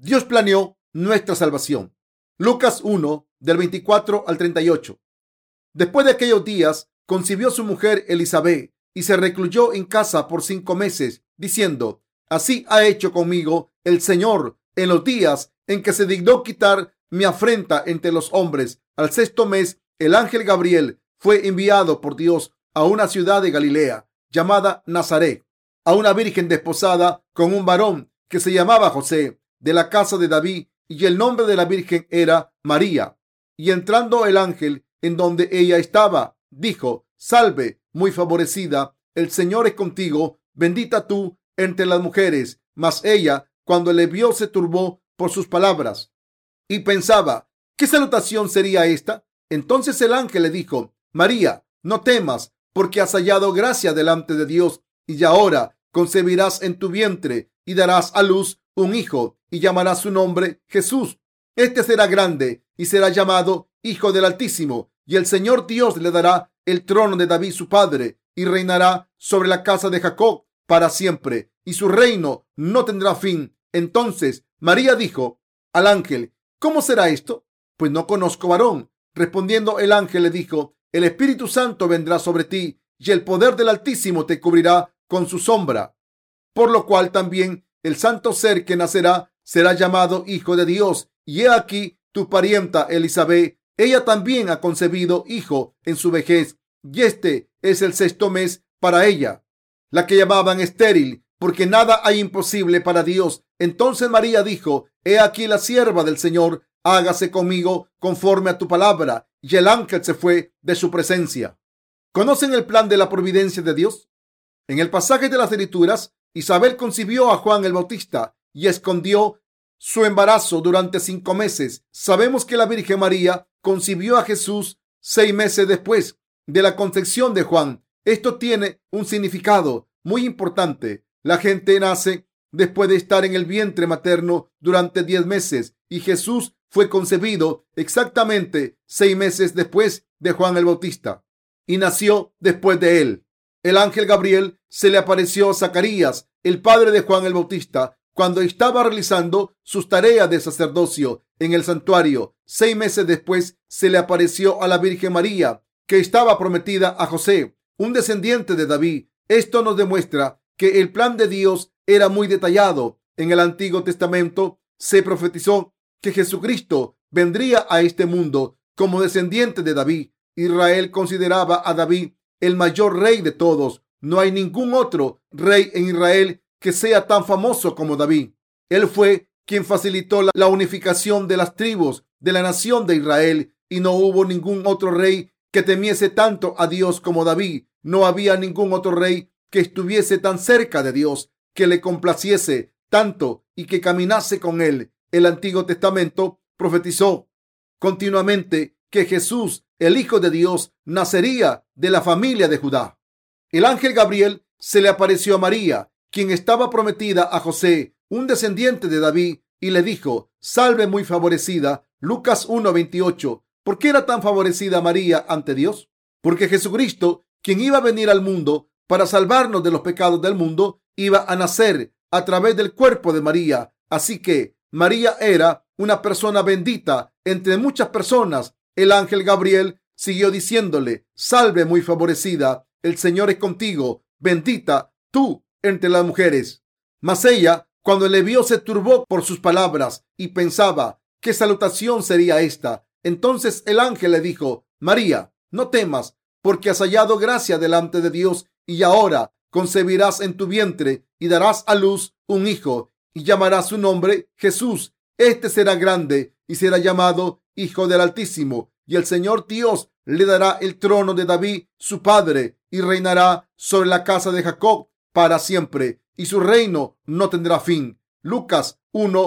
Dios planeó nuestra salvación. Lucas 1, del 24 al 38. Después de aquellos días, concibió su mujer Elizabeth y se recluyó en casa por 5 meses, diciendo: así ha hecho conmigo el Señor en los días en que se dignó quitar mi afrenta entre los hombres. Al 6º mes, el ángel Gabriel fue enviado por Dios a una ciudad de Galilea llamada Nazaret, a una virgen desposada con un varón que se llamaba José, de la casa de David, y el nombre de la virgen era María. Y entrando el ángel en donde ella estaba, dijo: salve, muy favorecida, el Señor es contigo, bendita tú entre las mujeres. Mas ella, cuando le vio, se turbó por sus palabras y pensaba: ¿qué salutación sería esta? Entonces el ángel le dijo: María, no temas, porque has hallado gracia delante de Dios, y ahora concebirás en tu vientre y darás a luz un hijo, y llamarás su nombre Jesús. Este será grande y será llamado Hijo del Altísimo, y el Señor Dios le dará el trono de David su padre, y reinará sobre la casa de Jacob para siempre, y su reino no tendrá fin. Entonces María dijo al ángel: ¿cómo será esto? Pues no conozco varón. Respondiendo el ángel le dijo: el Espíritu Santo vendrá sobre ti, y el poder del Altísimo te cubrirá con su sombra, por lo cual también el santo ser que nacerá será llamado Hijo de Dios. Y he aquí tu parienta Elizabeth, ella también ha concebido hijo en su vejez, y este es el 6º mes para ella, la que llamaban estéril, porque nada hay imposible para Dios. Entonces María dijo: he aquí la sierva del Señor, hágase conmigo conforme a tu palabra. Y el ángel se fue de su presencia. ¿Conocen el plan de la providencia de Dios? En el pasaje de las Escrituras, Isabel concibió a Juan el Bautista y escondió su embarazo durante 5 meses. Sabemos que la Virgen María concibió a Jesús 6 meses después de la concepción de Juan. Esto tiene un significado muy importante. La gente nace después de estar en el vientre materno durante 10 meses y Jesús fue concebido exactamente 6 meses después de Juan el Bautista y nació después de él. El ángel Gabriel se le apareció a Zacarías, el padre de Juan el Bautista, cuando estaba realizando sus tareas de sacerdocio en el santuario. 6 meses después se le apareció a la Virgen María, que estaba prometida a José, un descendiente de David. Esto nos demuestra que el plan de Dios era muy detallado. En el Antiguo Testamento se profetizó que Jesucristo vendría a este mundo como descendiente de David. Israel consideraba a David el mayor rey de todos. No hay ningún otro rey en Israel que sea tan famoso como David. Él fue quien facilitó la unificación de las tribus de la nación de Israel, y no hubo ningún otro rey que temiese tanto a Dios como David. No había ningún otro rey que estuviese tan cerca de Dios, que le complaciese tanto y que caminase con él. El Antiguo Testamento profetizó continuamente que Jesús, el Hijo de Dios, nacería de la familia de Judá. El ángel Gabriel se le apareció a María, quien estaba prometida a José, un descendiente de David, y le dijo: salve, muy favorecida. Lucas 1:28. ¿Por qué era tan favorecida María ante Dios? Porque Jesucristo, quien iba a venir al mundo para salvarnos de los pecados del mundo, iba a nacer a través del cuerpo de María. Así que María era una persona bendita entre muchas personas. El ángel Gabriel siguió diciéndole: salve, muy favorecida, el Señor es contigo, bendita tú entre las mujeres. Mas ella, cuando le vio, se turbó por sus palabras y pensaba: ¿qué salutación sería esta? Entonces el ángel le dijo: María, no temas, porque has hallado gracia delante de Dios, y ahora concebirás en tu vientre y darás a luz un hijo, y llamarás su nombre Jesús. Este será grande y será llamado Hijo del Altísimo, y el Señor Dios le dará el trono de David su padre, y reinará sobre la casa de Jacob para siempre, y su reino no tendrá fin. Lucas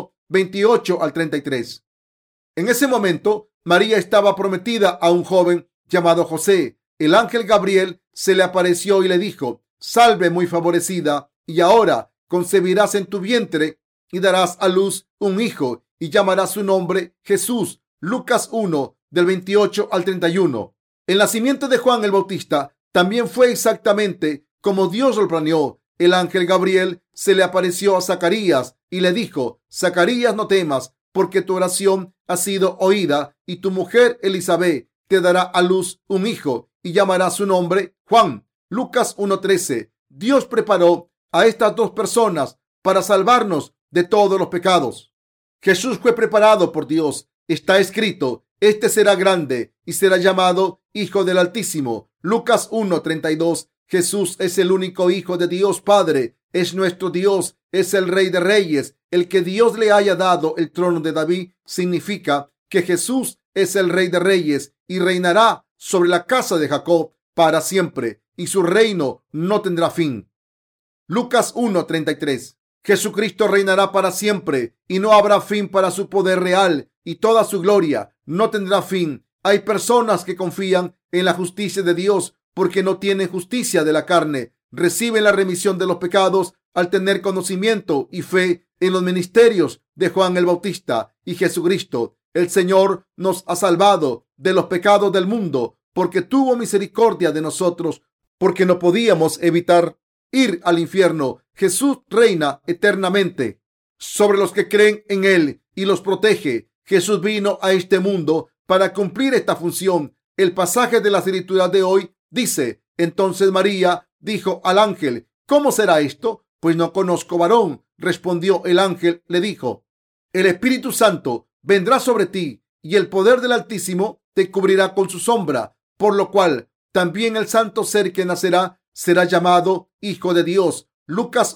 1:28 al 33. En ese momento, María estaba prometida a un joven llamado José. El ángel Gabriel se le apareció y le dijo: salve, muy favorecida, y ahora concebirás en tu vientre y darás a luz un hijo, y llamarás su nombre Jesús. Lucas 1, del 28 al 31. El nacimiento de Juan el Bautista también fue exactamente como Dios lo planeó. el ángel Gabriel se le apareció a Zacarías y le dijo: Zacarías, no temas, porque tu oración ha sido oída y tu mujer Elizabeth te dará a luz un hijo y llamará su nombre Juan. Lucas 1:13. Dios preparó a estas dos personas para salvarnos de todos los pecados. Jesús fue preparado por Dios. Está escrito: este será grande y será llamado Hijo del Altísimo. Lucas 1:32. Jesús es el único Hijo de Dios Padre. Es nuestro Dios, es el Rey de Reyes. El que Dios le haya dado el trono de David significa que Jesús es el Rey de Reyes y reinará sobre la casa de Jacob para siempre, y su reino no tendrá fin. Lucas 1:33. Jesucristo reinará para siempre y no habrá fin para su poder real, y toda su gloria no tendrá fin. Hay personas que confían en la justicia de Dios porque no tienen justicia de la carne. Reciben la remisión de los pecados al tener conocimiento y fe en los ministerios de Juan el Bautista y Jesucristo. El Señor nos ha salvado de los pecados del mundo porque tuvo misericordia de nosotros, porque no podíamos evitar ir al infierno. Jesús reina eternamente sobre los que creen en Él y los protege. Jesús vino a este mundo para cumplir esta función. El pasaje de la escritura de hoy dice: entonces María dijo al ángel: ¿cómo será esto? Pues no conozco varón. Respondió el ángel, le dijo: el Espíritu Santo vendrá sobre ti y el poder del Altísimo te cubrirá con su sombra, por lo cual también el santo ser que nacerá será llamado Hijo de Dios. Lucas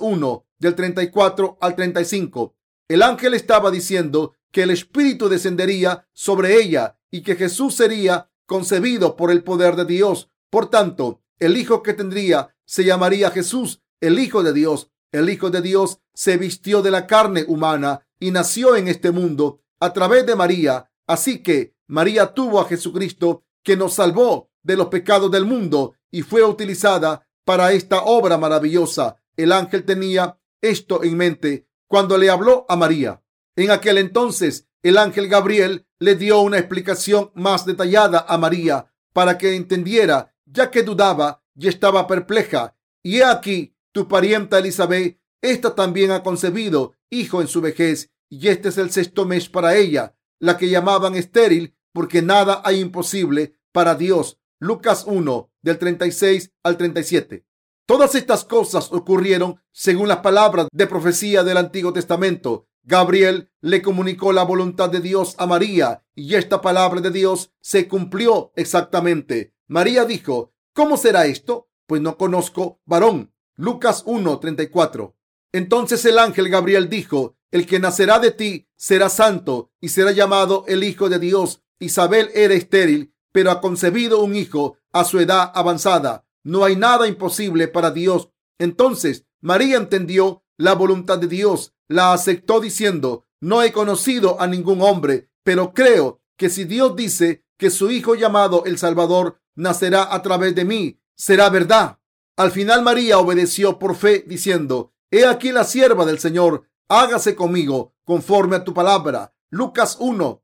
1:34 al 35. El ángel estaba diciendo que el Espíritu descendería sobre ella y que Jesús sería concebido por el poder de Dios. Por tanto, el hijo que tendría se llamaría Jesús, el Hijo de Dios. El Hijo de Dios se vistió de la carne humana y nació en este mundo a través de María. Así que María tuvo a Jesucristo, que nos salvó de los pecados del mundo y fue utilizada para esta obra maravillosa. El ángel tenía esto en mente cuando le habló a María. En aquel entonces, el ángel Gabriel le dio una explicación más detallada a María para que entendiera, ya que dudaba y estaba perpleja. Y he aquí, tu parienta Elizabeth, esta también ha concebido hijo en su vejez, y este es el 6º mes para ella, la que llamaban estéril, porque nada hay imposible para Dios. Lucas 1:36 al 37. Todas estas cosas ocurrieron según las palabras de profecía del Antiguo Testamento. Gabriel le comunicó la voluntad de Dios a María y esta palabra de Dios se cumplió exactamente. María dijo: ¿cómo será esto? Pues no conozco varón. Lucas 1:34. Entonces el ángel Gabriel dijo: el que nacerá de ti será santo y será llamado el Hijo de Dios. Isabel era estéril, pero ha concebido un hijo a su edad avanzada. No hay nada imposible para Dios. Entonces María entendió la voluntad de Dios, la aceptó diciendo: no he conocido a ningún hombre, pero creo que si Dios dice que su hijo llamado el Salvador nacerá a través de mí, será verdad. Al final María obedeció por fe diciendo: he aquí la sierva del Señor, hágase conmigo conforme a tu palabra. Lucas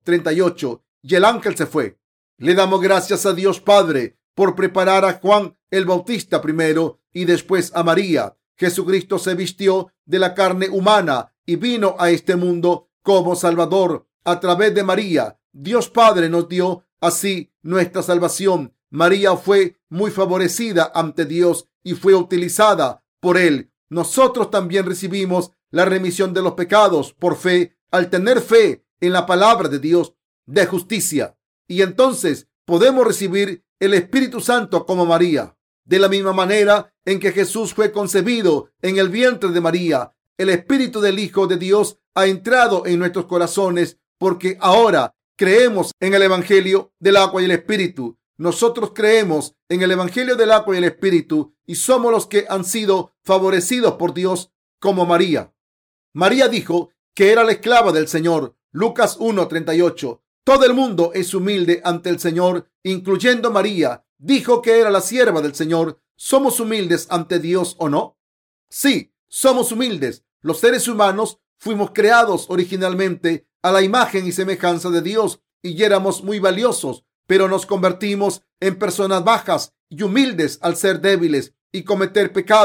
1:38. Y el ángel se fue. Le damos gracias a Dios Padre por preparar a Juan el Bautista primero y después a María. Jesucristo se vistió de la carne humana y vino a este mundo como Salvador a través de María. Dios Padre nos dio así nuestra salvación. María fue muy favorecida ante Dios y fue utilizada por Él. Nosotros también recibimos la remisión de los pecados por fe al tener fe en la palabra de Dios de justicia. Y entonces podemos recibir el Espíritu Santo como María. De la misma manera en que Jesús fue concebido en el vientre de María, el Espíritu del Hijo de Dios ha entrado en nuestros corazones porque ahora creemos en el Evangelio del agua y el Espíritu. Nosotros creemos en el Evangelio del agua y el Espíritu y somos los que han sido favorecidos por Dios como María. María dijo que era la esclava del Señor. Lucas 1:38. Todo el mundo es humilde ante el Señor, incluyendo María. Dijo que era la sierva del Señor. ¿Somos humildes ante Dios o no? Sí, somos humildes. Los seres humanos fuimos creados originalmente a la imagen y semejanza de Dios y éramos muy valiosos, pero nos convertimos en personas bajas y humildes al ser débiles y cometer pecados.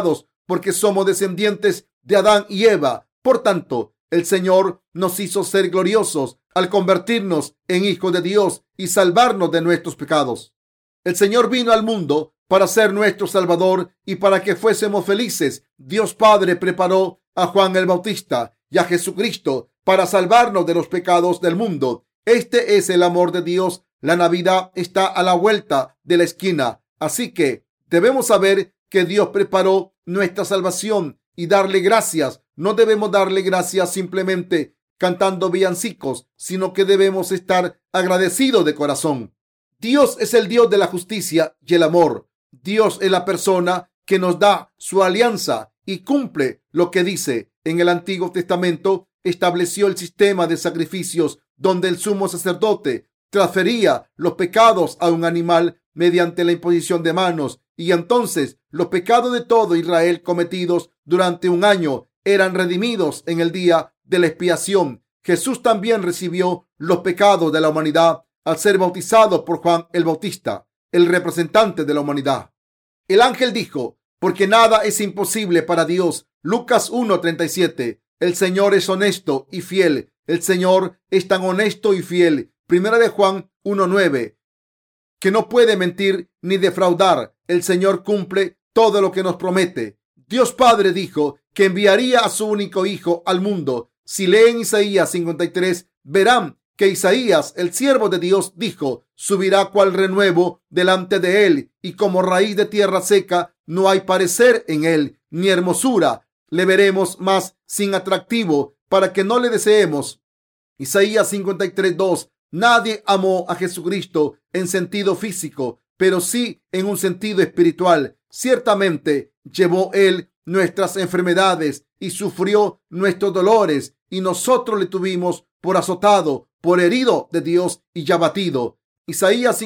porque somos descendientes de Adán y Eva. Por tanto, el Señor nos hizo ser gloriosos al convertirnos en hijos de Dios y salvarnos de nuestros pecados. El Señor vino al mundo para ser nuestro Salvador y para que fuésemos felices. Dios Padre preparó a Juan el Bautista y a Jesucristo para salvarnos de los pecados del mundo. Este es el amor de Dios. La Navidad está a la vuelta de la esquina, así que debemos saber que Dios preparó nuestra salvación y darle gracias. No debemos darle gracias simplemente cantando villancicos, sino que debemos estar agradecidos de corazón. Dios es el Dios de la justicia y el amor. Dios es la persona que nos da su alianza y cumple lo que dice. En el Antiguo Testamento estableció el sistema de sacrificios donde el sumo sacerdote transfería los pecados a un animal mediante la imposición de manos, y entonces los pecados de todo Israel cometidos durante un año eran redimidos en el día de la expiación. Jesús también recibió los pecados de la humanidad al ser bautizado por Juan el Bautista, el representante de la humanidad. El ángel dijo: porque nada es imposible para Dios. Lucas 1:37. El Señor es honesto y fiel. El Señor es tan honesto y fiel. Primera de Juan 1:9, que no puede mentir ni defraudar. El Señor cumple todo lo que nos promete. Dios Padre dijo que enviaría a su único hijo al mundo. Si leen Isaías 53, verán que Isaías, el siervo de Dios, dijo: subirá cual renuevo delante de él, y como raíz de tierra seca, no hay parecer en él, ni hermosura. Le veremos más sin atractivo, para que no le deseemos. Isaías 53:2. Nadie amó a Jesucristo en sentido físico, pero sí en un sentido espiritual. Ciertamente llevó él nuestras enfermedades y sufrió nuestros dolores, y nosotros le tuvimos por azotado, por herido de Dios y abatido. Isaías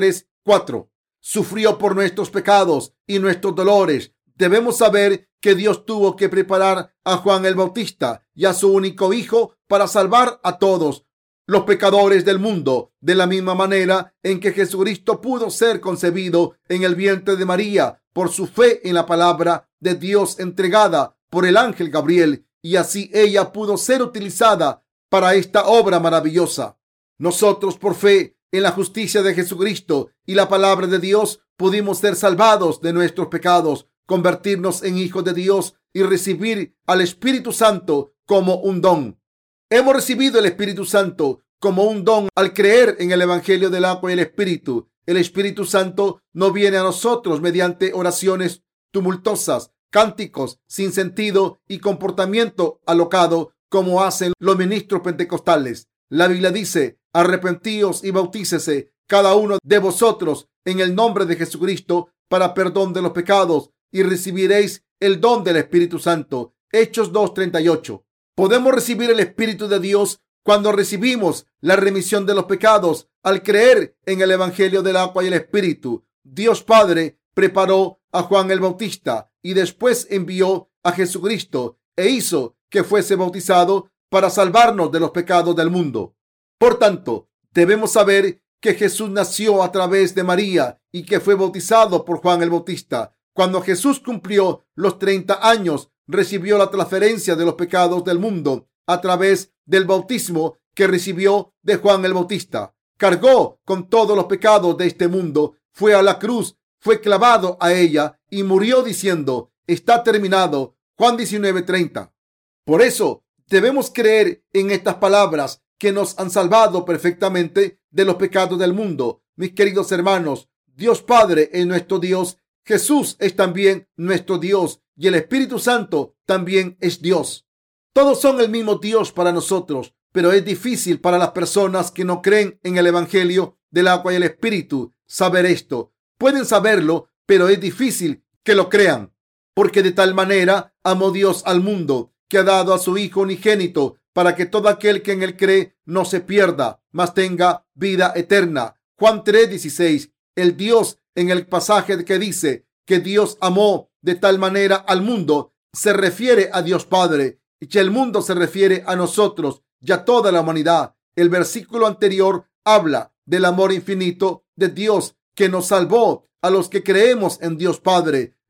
53:4. Sufrió por nuestros pecados y nuestros dolores. Debemos saber que Dios tuvo que preparar a Juan el Bautista y a su único hijo para salvar a todos los pecadores del mundo, de la misma manera en que Jesucristo pudo ser concebido en el vientre de María por su fe en la palabra de Dios entregada por el ángel Gabriel, y así ella pudo ser utilizada para esta obra maravillosa. Nosotros, por fe en la justicia de Jesucristo y la palabra de Dios, pudimos ser salvados de nuestros pecados, convertirnos en hijos de Dios y recibir al Espíritu Santo como un don. Hemos recibido el Espíritu Santo como un don al creer en el Evangelio del agua y el Espíritu. El Espíritu Santo no viene a nosotros mediante oraciones tumultuosas, cánticos sin sentido y comportamiento alocado como hacen los ministros pentecostales. La Biblia dice: arrepentíos y bautícese cada uno de vosotros en el nombre de Jesucristo para perdón de los pecados, y recibiréis el don del Espíritu Santo. Hechos 2:38. Podemos recibir el Espíritu de Dios cuando recibimos la remisión de los pecados al creer en el Evangelio del agua y el Espíritu. Dios Padre preparó a Juan el Bautista y después envió a Jesucristo e hizo que fuese bautizado para salvarnos de los pecados del mundo. Por tanto, debemos saber que Jesús nació a través de María y que fue bautizado por Juan el Bautista. Cuando Jesús cumplió los 30 años, recibió la transferencia de los pecados del mundo a través del bautismo que recibió de Juan el Bautista. Cargó con todos los pecados de este mundo, fue a la cruz, fue clavado a ella y murió diciendo: está terminado. Juan 19:30. Por eso debemos creer en estas palabras que nos han salvado perfectamente de los pecados del mundo. Mis queridos hermanos, Dios Padre es nuestro Dios, Jesús es también nuestro Dios y el Espíritu Santo también es Dios. Todos son el mismo Dios para nosotros, pero es difícil para las personas que no creen en el Evangelio del agua y el Espíritu saber esto. Pueden saberlo, pero es difícil que lo crean, porque de tal manera amó Dios al mundo que ha dado a su Hijo unigénito para que todo aquel que en él cree no se pierda, mas tenga vida eterna. Juan 3:16. El Dios en el pasaje que dice que Dios amó de tal manera al mundo se refiere a Dios Padre, y que el mundo se refiere a nosotros y a toda la humanidad. El versículo anterior habla del amor infinito de Dios que nos salvó a los que creemos en Dios Padre.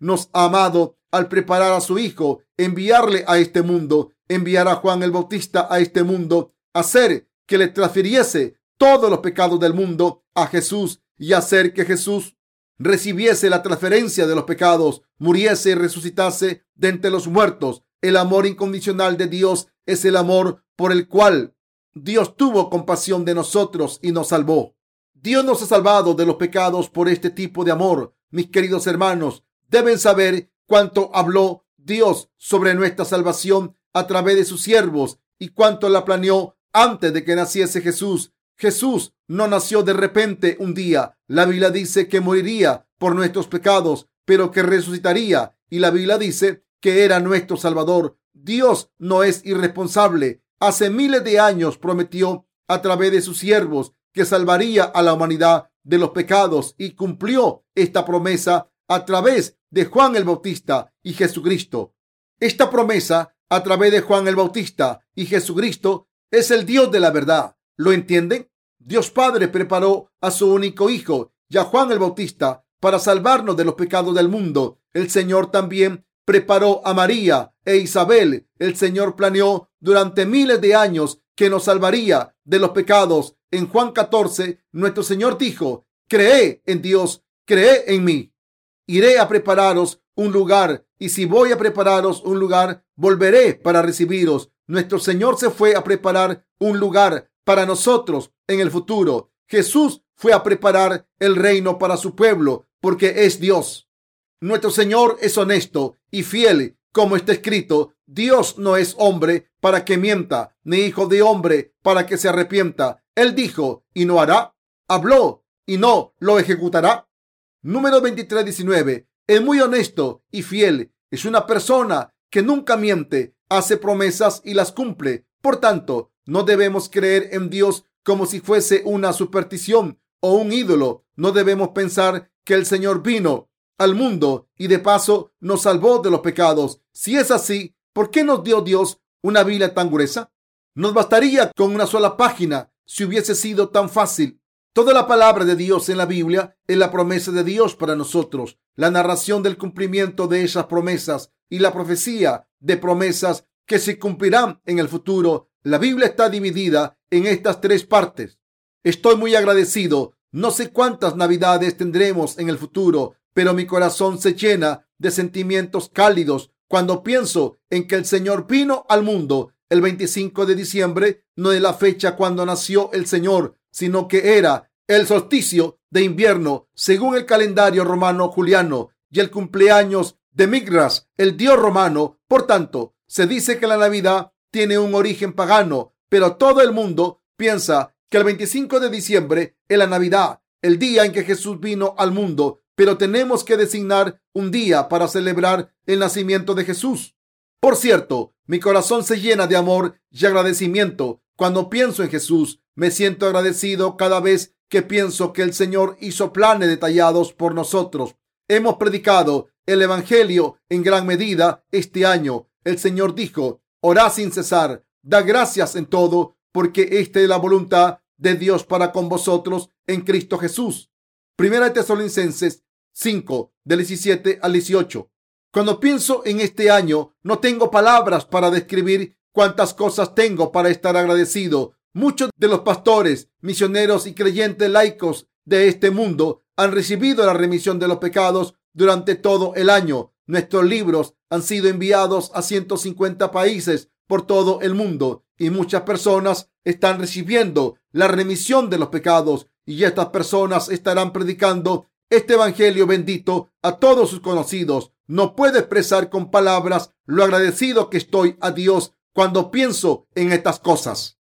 nos ha amado al preparar a su Hijo, enviarle a este mundo, enviar a Juan el Bautista a este mundo, hacer que le transfiriese todos los pecados del mundo a Jesús y hacer que Jesús recibiese la transferencia de los pecados, muriese y resucitase de entre los muertos. El amor incondicional de Dios es el amor por el cual Dios tuvo compasión de nosotros y nos salvó. Dios nos ha salvado de los pecados por este tipo de amor. Mis queridos hermanos, deben saber cuánto habló Dios sobre nuestra salvación a través de sus siervos y cuánto la planeó antes de que naciese Jesús. Jesús no nació de repente un día. La Biblia dice que moriría por nuestros pecados, pero que resucitaría. Y la Biblia dice que era nuestro Salvador. Dios no es irresponsable. Hace miles de años prometió a través de sus siervos que salvaría a la humanidad de los pecados y cumplió esta promesa a través de Juan el Bautista y Jesucristo. Esta promesa a través de Juan el Bautista y Jesucristo es el Dios de la verdad. ¿Lo entienden? Dios Padre preparó a su único Hijo y a Juan el Bautista para salvarnos de los pecados del mundo. El Señor también preparó a María e Isabel. El Señor planeó durante miles de años que nos salvaría de los pecados. En Juan 14, nuestro Señor dijo: cree en Dios, cree en mí. Iré a prepararos un lugar, y si voy a prepararos un lugar, volveré para recibiros. Nuestro Señor se fue a preparar un lugar para nosotros en el futuro. Jesús fue a preparar el reino para su pueblo porque es Dios. Nuestro Señor es honesto y fiel, como está escrito: Dios no es hombre para que mienta, ni hijo de hombre para que se arrepienta. Él dijo y no hará, habló y no lo ejecutará. Número 23:19. Es muy honesto y fiel. Es una persona que nunca miente, hace promesas y las cumple. Por tanto, no debemos creer en Dios como si fuese una superstición o un ídolo. No debemos pensar que el Señor vino al mundo y de paso nos salvó de los pecados. Si es así, ¿por qué nos dio Dios una Biblia tan gruesa? Nos bastaría con una sola página si hubiese sido tan fácil. Toda la palabra de Dios en la Biblia es la promesa de Dios para nosotros, la narración del cumplimiento de esas promesas y la profecía de promesas que se cumplirán en el futuro. La Biblia está dividida en estas tres partes. Estoy muy agradecido. No sé cuántas navidades tendremos en el futuro, pero mi corazón se llena de sentimientos cálidos cuando pienso en que el Señor vino al mundo. El 25 de diciembre no es la fecha cuando nació el Señor, sino que era el solsticio de invierno según el calendario romano juliano y el cumpleaños de Migras, el dios romano. Por tanto, se dice que la Navidad tiene un origen pagano, pero todo el mundo piensa que el 25 de diciembre es la Navidad, el día en que Jesús vino al mundo, pero tenemos que designar un día para celebrar el nacimiento de Jesús. Por cierto, mi corazón se llena de amor y agradecimiento cuando pienso en Jesús. Me siento agradecido cada vez que pienso que el Señor hizo planes detallados por nosotros. Hemos predicado el Evangelio en gran medida este año. El Señor dijo: orad sin cesar, da gracias en todo, porque esta es la voluntad de Dios para con vosotros en Cristo Jesús. Primera de Tesalonicenses 5, del 17 al 18. Cuando pienso en este año, no tengo palabras para describir cuántas cosas tengo para estar agradecido. Muchos de los pastores, misioneros y creyentes laicos de este mundo han recibido la remisión de los pecados durante todo el año. Nuestros libros han sido enviados a 150 países por todo el mundo y muchas personas están recibiendo la remisión de los pecados, y estas personas estarán predicando este evangelio bendito a todos sus conocidos. No puedo expresar con palabras lo agradecido que estoy a Dios cuando pienso en estas cosas.